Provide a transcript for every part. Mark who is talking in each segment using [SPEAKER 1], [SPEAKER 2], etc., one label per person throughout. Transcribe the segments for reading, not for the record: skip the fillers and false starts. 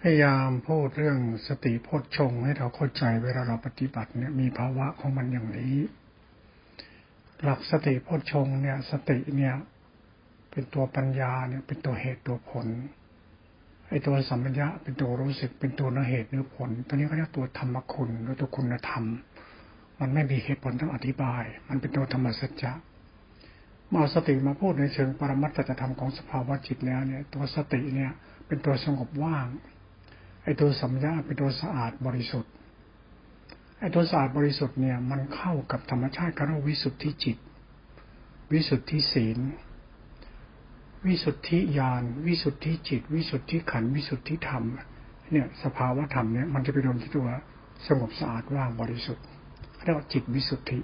[SPEAKER 1] พยายามพูดเรื่องสติโพชฌงค์ให้เราเข้าใจเวลาเราปฏิบัติเนี่ยมีภาวะของมันอย่างนี้หลักสติโพชฌงค์เนี่ยสติเนี่ยเป็นตัวปัญญาเนี่ยเป็นตัวเหตุตัวผลไอ้ตัวสัมปชัญญะเป็นตัวรู้สึกเป็นตัวเนื้อเหตุเนื้อผลตัวนี้เขาเรียกตัวธรรมคุณหรือตัวคุณธรรมมันไม่มีเหตุผลต้องอธิบายมันเป็นตัวธรรมสัจจะเมื่อสติมาพูดในเชิงปรมัตถธรรมของสภาวะจิตแล้วเนี่ยตัวสติเนี่ยเป็นตัวสงบว่างไอ้ตัวสัมปชัญญะเป็นตัวสะอาดบริสุทธิ์ไอ้ตัวสะอาดบริสุทธิ์เนี่ยมันเข้ากับธรรมชาติของวิสุทธิจิตวิสุทธิศีลวิสุทธิญาณวิสุทธิจิตวิสุทธิขันธ์วิสุทธิธรรมเนี่ยสภาวะธรรมเนี่ยมันจะไปรวมที่ตัวสงบสะอาดว่างบริสุทธิ์เรียกว่าจิตวิสุทธิ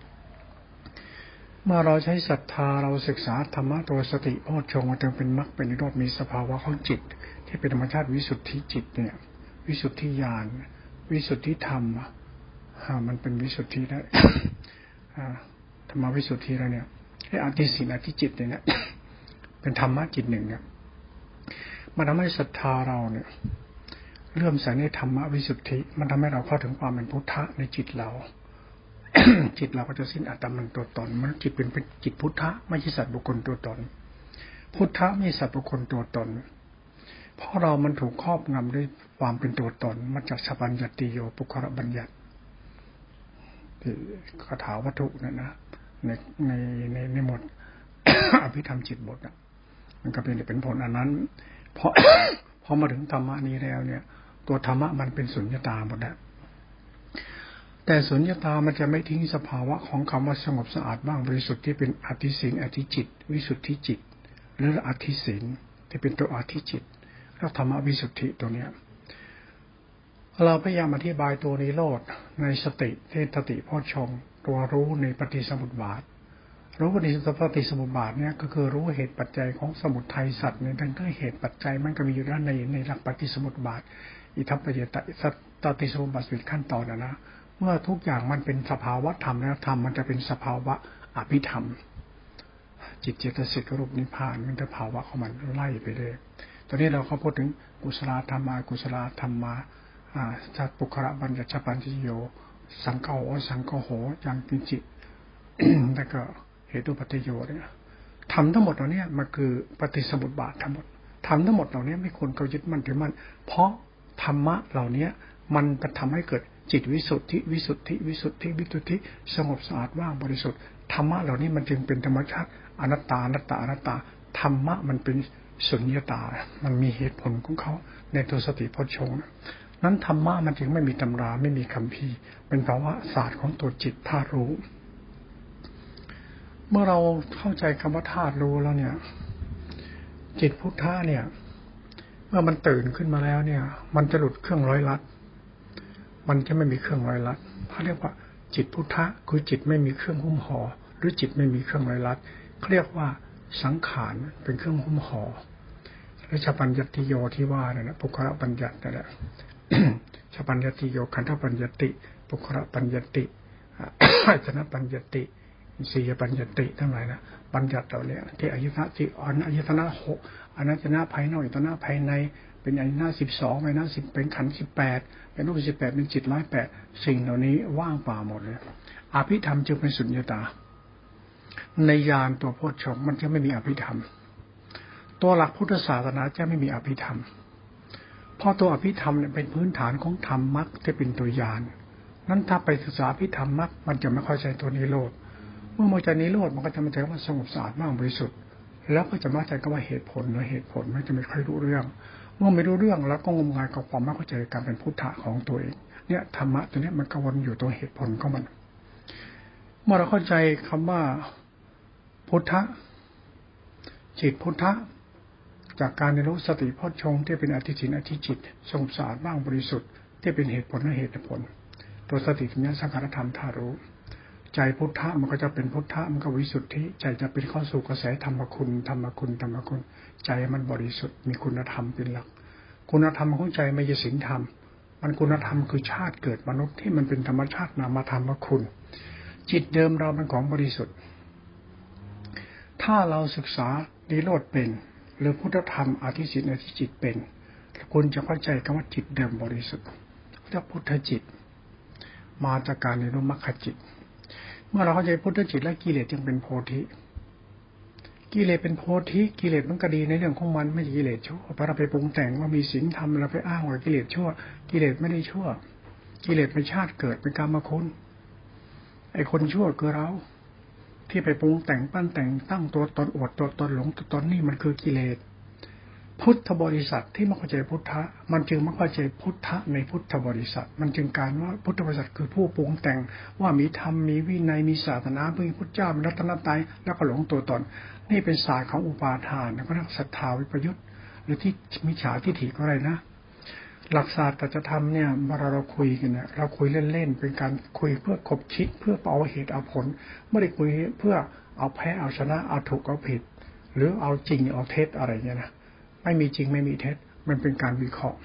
[SPEAKER 1] เมื่อเราใช้ศรัทธาเราศึกษาธรรมะตัวสติโพชฌงค์จึงเป็นมรรคเป็นนิโรธมีสภาวะของจิตที่เป็นธรรมชาติวิสุทธิจิตเนี่ยวิสุทธิญาณวิสุทธิธรรมมันเป็นวิสุทธิได้ธรรมวิสุทธิแล้วเนี่ยไอ้อธิศีลอธิจิตเนี่ยเป็นธรรมะจิตหนึ่งเนี่ยมันทำให้ศรัทธาเราเนี่ยเลื่อมใสในธรรมวิสุทธิมันทำให้เราเข้าถึงความเป็นพุทธะในจิตเรา จิตเราก็จะสิ้นอัตตามันตัวตนมันจิตเป็นจิตพุทธะไม่ใช่สัตว์บุคคลตัวตนพุทธะไม่ใช่สัตว์บุคคลตัวตนเพราะเรามันถูกครอบงำด้วยความเป็นตัวตนมาจากสัพพัญญติโยปุคคลบัญญัติคาถาวัตถุนั่นนะในหมวด อภิธรรมจิตบทมันก็เป็นผลอันนั้นพอมาถึงธรรมะนี้แล้วเนี่ยตัวธรรมะมันเป็นสุญญตาหมดแล้วแต่สุญญตามันจะไม่ทิ้งสภาวะของคำว่าสงบสะอาดบ้างบริสุทธิ์ที่เป็นอธิศีลอธิจิตวิสุทธิจิตหรืออธิศีลที่เป็นตัวอธิจิตแล้วธรรมวิสุทธิตัวเนี้ยเราพยายามอธิบายตัวนิโรธในสติสติโพชฌงค์ตัวรู้ในปฏิสมุปบาทรู้ปฏิสมุปบาทเนี่ยก็คือรู้เหตุปัจจัยของสมุทัยสัตว์เนี่ยทั้งที่เหตุปัจจัยมันก็มีอยู่ด้านในหลักปฏิสมุปบาทอิทัปปยตตติสมุปบาทเป็นขั้นตอนนะเมื่อทุกอย่างมันเป็นสภาวะธรรมแล้วธรรมมันจะเป็นสภาวะอภิธรรมจิตเจตสิกรูปนิพพานมันจะภาวะของมันไล่ไปเลยตอนนี้เราเขาพูดถึงกุศลธรรมากุศลธรรมาจัตปุคระบัญญัติปัญจโยสังฆโหสังฆโหยังกินจิต แล้วก็เหตุปัจจโยเนี่ยทำทั้งหมดเหล่านี้มันคือปฏิสมุปบาททั้งหมดทำทั้งหมดเหล่านี้ไม่ควรเขายึดมั่นถือมั่นเพราะธรรมะเหล่านี้มันจะทำให้เกิดจิตวิสุทธิวิสุทธิวิสุทธิวิสุทธิสงบสะอาดว่างบริสุทธิ์ธรรมะเหล่านี้มันจึงเป็นธรรมชาติอนัตตาอนัตตาอนัตตาธรรมะมันเป็นสุญญตามันมีเหตุผลของเขาในตัวสติโพชฌงค์นั้นธรรมะมันจึงไม่มีตำราไม่มีคัมภีร์เป็นภาวะศาสตร์ของตัวจิตธาตุรู้เมื่อเราเข้าใจคำว่าธาตุรู้แล้วเนี่ยจิตพุทธะเนี่ยเมื่อมันตื่นขึ้นมาแล้วเนี่ยมันจะหลุดเครื่องร้อยลัดมันจะไม่มีเครื่องร้อยลัดเขาเรียกว่าจิตพุทธะคือจิตไม่มีเครื่องหุ้มห่อหรือจิตไม่มีเครื่องร้อยลัดเขาเรียกว่าสังขารเป็นเครื่องหุ้มห่อหรือชปัญญติโยที่ว่าเนี่ยนะปุคคละปัญญัตินั่นแหละ ชปัญญติโยขันธปัญญติปุคคละปัญญติอาจนะปัญญติสีปัญญติทั้งหลายนะปัญญัติเราเนี่ยที่อายตนะที่อายตนะ6อายตนะภายนอกอายตนะภายในเป็นอายตนะ12อายตนะ10เป็นขันธ์18เป็นรูป18เป็นจิต108สิ่งเหล่านี้ว่างเปล่าหมดเลยอภิธรรมจึงเป็นสุญญตาในญาณตัวโพชฌงค์มันจะไม่มีอภิธรรมตัวหลักพุทธศาสนาจะไม่มีอภิธรรมเพราะตัวอภิธรรมเนี่ยเป็นพื้นฐานของธรรมมรรคที่เป็นตัวญาณนั้นถ้าไปศึกษาอภิธรรมมรรคมันจะไม่ค่อยใช้ตัวนิโรธเมื่อมาจากนิโรธมันก็จะมาใจว่าสงบสะอาดว่างบริสุทธิ์แล้วก็จะมาใจก็ว่าเหตุผลหรือเหตุผลไม่จะไม่ค่อยรู้เรื่องเมื่อไม่รู้เรื่องแล้วก็งมงายกับความไม่เข้าใจการเป็นพุทธะของตัวเองเนี่ยธรรมะตัวนี้มันก็วนอยู่ตัวเหตุผลของมันเมื่อเราเข้าใจคำว่าพุทธะจิตพุทธะจากการเรียนรู้สติโพชฌงค์ที่เป็นอธิศีลอธิจิตสงบสะอาดว่างบริสุทธิ์ที่เป็นเหตุผลและเหตุผลตัวสติสัญญาสังขารธรรมธาตุรู้ใจพุทธะมันก็จะเป็นพุทธะมันก็วิสุทธิใจจะเป็นเข้าสู่กระแสธรรมคุณธรรมคุณธรรมคุณใจมันบริสุทธิ์มีคุณธรรมเป็นหลักคุณธรรมของใจไม่ใช่ศีลธรรมมันคุณธรรมคือชาติเกิดมนุษย์ที่มันเป็นธรรมชาตินามธรรมคุณจิตเดิมเราเป็นของบริสุทธิ์ถ้าเราศึกษานิโรธเป็นหรือพุทธธรรมอธิศีลอธิจิตเป็นคุณจะเข้าใจคำว่าจิตเดิมบริสุทธิ์เรียกพุทธจิตมาจากการเรียนรู้มรรคจิตเมื่อเราเข้าใจพุทธจิตและกิเลสจึงเป็นโพธิกิเลสเป็นโพธิกิเลสมันก็ดีในเรื่องของมันไม่ใช่กิเลสชั่วพอเราไปปรุงแต่งว่ามีศีลธรรมเราไปอ้างว่ากิเลสชั่วกิเลสไม่ได้ชั่วกิเลสเป็นชาติเกิดเป็นกรรมคุณไอ้คนชั่วคือเราที่ไปปรุงแต่งปั้นแต่งตั้งตัวตนอวดตัวตนหลงตัวตนนี่มันคือกิเลสพุทธบริษัทที่ไม่เข้าใจพุทธะมันจึงไม่เข้าใจพุทธะในพุทธบริษัทมันจึงการว่าพุทธบริษัทคือผู้ปรุงแต่งว่ามีธรรมมีวินัยมีศาสนามีพุทธเจ้ามีรัตนตรัยแล้วก็หลงตัวตนนี่เป็นศาสตร์ของอุปาทานแล้วก็ศรัทธาวิปยุตหรือที่มิจฉาทิฏฐิก็อะไรนะหลักศาสตร์แต่จะทำเนี่ยเวลาเราคุยกันเนี่ยเราคุยเล่นๆเป็นการคุยเพื่อขบคิดเพื่อเอาเหตุเอาผลไม่ได้คุยเพื่อเอาแพ้เอาชนะเอาถูกเอาผิดหรือเอาจริงเอาเท็จอะไรเงี้ยนะไม่มีจริงไม่มีเท็จมันเป็นการวิเคราะห์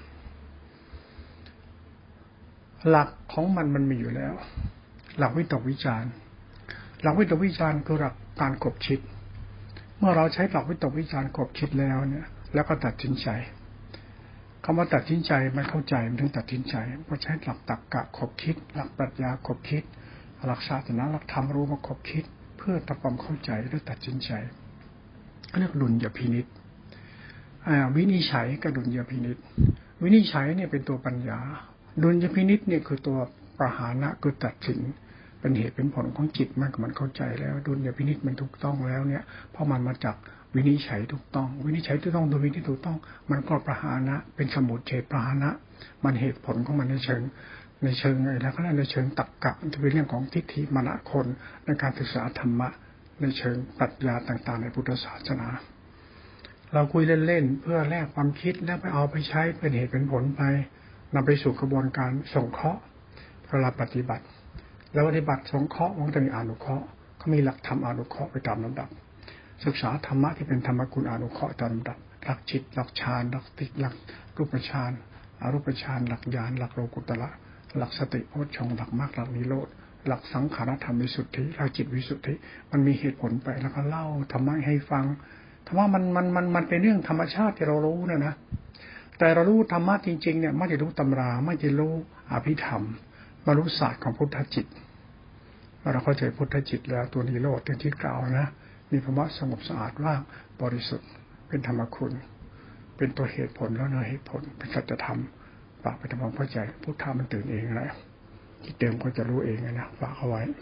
[SPEAKER 1] หลักของมันมีอยู่แล้วหลักวิตกวิจารณ์หลักวิตกวิจารณ์คือหลักการขบคิดเมื่อเราใช้หลักวิตกวิจารณ์ขบคิดแล้วเนี่ยแล้วก็ตัดสินใจคำว่าตัดสินใจมันเข้าใจมันถึงตัดสินใจก็ใช้หลักตรรกะขบคิดหลักปรัชญาขบคิดหลักศาสนาหลักธรรมรู้มาขบคิดเพื่อทำความเข้าใจและตัดสินใจเรียกดุลยพินิจวินิจฉัยกับดุลยพินิจวินิจฉัยเนี่ยเป็นตัวปัญญาดุลยพินิจเนี่ยคือตัวประหานะคือตัดสินเป็นเหตุเป็นผลของจิตมันเข้าใจแล้วดุลยพินิจมันถูกต้องแล้วเนี่ยเพราะมันมาจากวินิจฉัยถูกต้องวินิจฉัยถูกต้องโดยวินิจถูกต้องมันก็ประหานะเป็นสมุจเฉทประหานะมันเหตุผลของมันในเชิงอะไรแล้วก็ในเชิงตรรกะจะเป็นเรื่องของทิฏฐิมรณะคนในการศึกษาธรรมะในเชิงปรัชญาต่างๆในพุทธศาสนาเราคุยเล่นๆเพื่อแลกความคิดแล้วไปเอาไปใช้เป็นเหตุเป็นผลไปนำไปสู่กระบวนการส่งเคราะห์เวลาปฏิบัติแล้วปฏิบัติสงเคราะห์มันจะมีอนุเคราะห์เขามีหลักธรรมอนุเคราะห์ไปตามลำดับศึกษาธรรมะที่เป็นธรรมกุลอนุเคราะห์ตามลำดับหลักจิตหลักฌานหลักติหลักรูปฌานอรูปฌานหลักญาณหลักโลกุตระหลักสติโพชฌงค์หลักมรรคหลักนิโรธหลักสังขารธรรมวิสุทธิหลักจิตวิสุทธิมันมีเหตุผลไปแล้วก็เล่าธรรมะให้ฟังธรรมะมันเป็นเรื่องธรรมชาติที่เรารู้นะแต่เรารู้ธรรมะจริงๆเนี่ยไม่ได้รู้ตำราไม่ได้รู้อภิธรรมมารู้ศาสตร์ของพุทธจิตเราเข้าใจพุทธจิตแล้วตัวนิโรธที่กล่าวนะมีภาวะสงบสะอาดว่างบริสุทธิ์เป็นธรรมคุณเป็นตัวเหตุผลแล้วเนื้อเหตุผลเป็นสัจธรรมฝากไปทำความเข้าใจพุทธะมันตื่นเองแล้วที่เดิมก็จะรู้เองนะฝากเอาไว้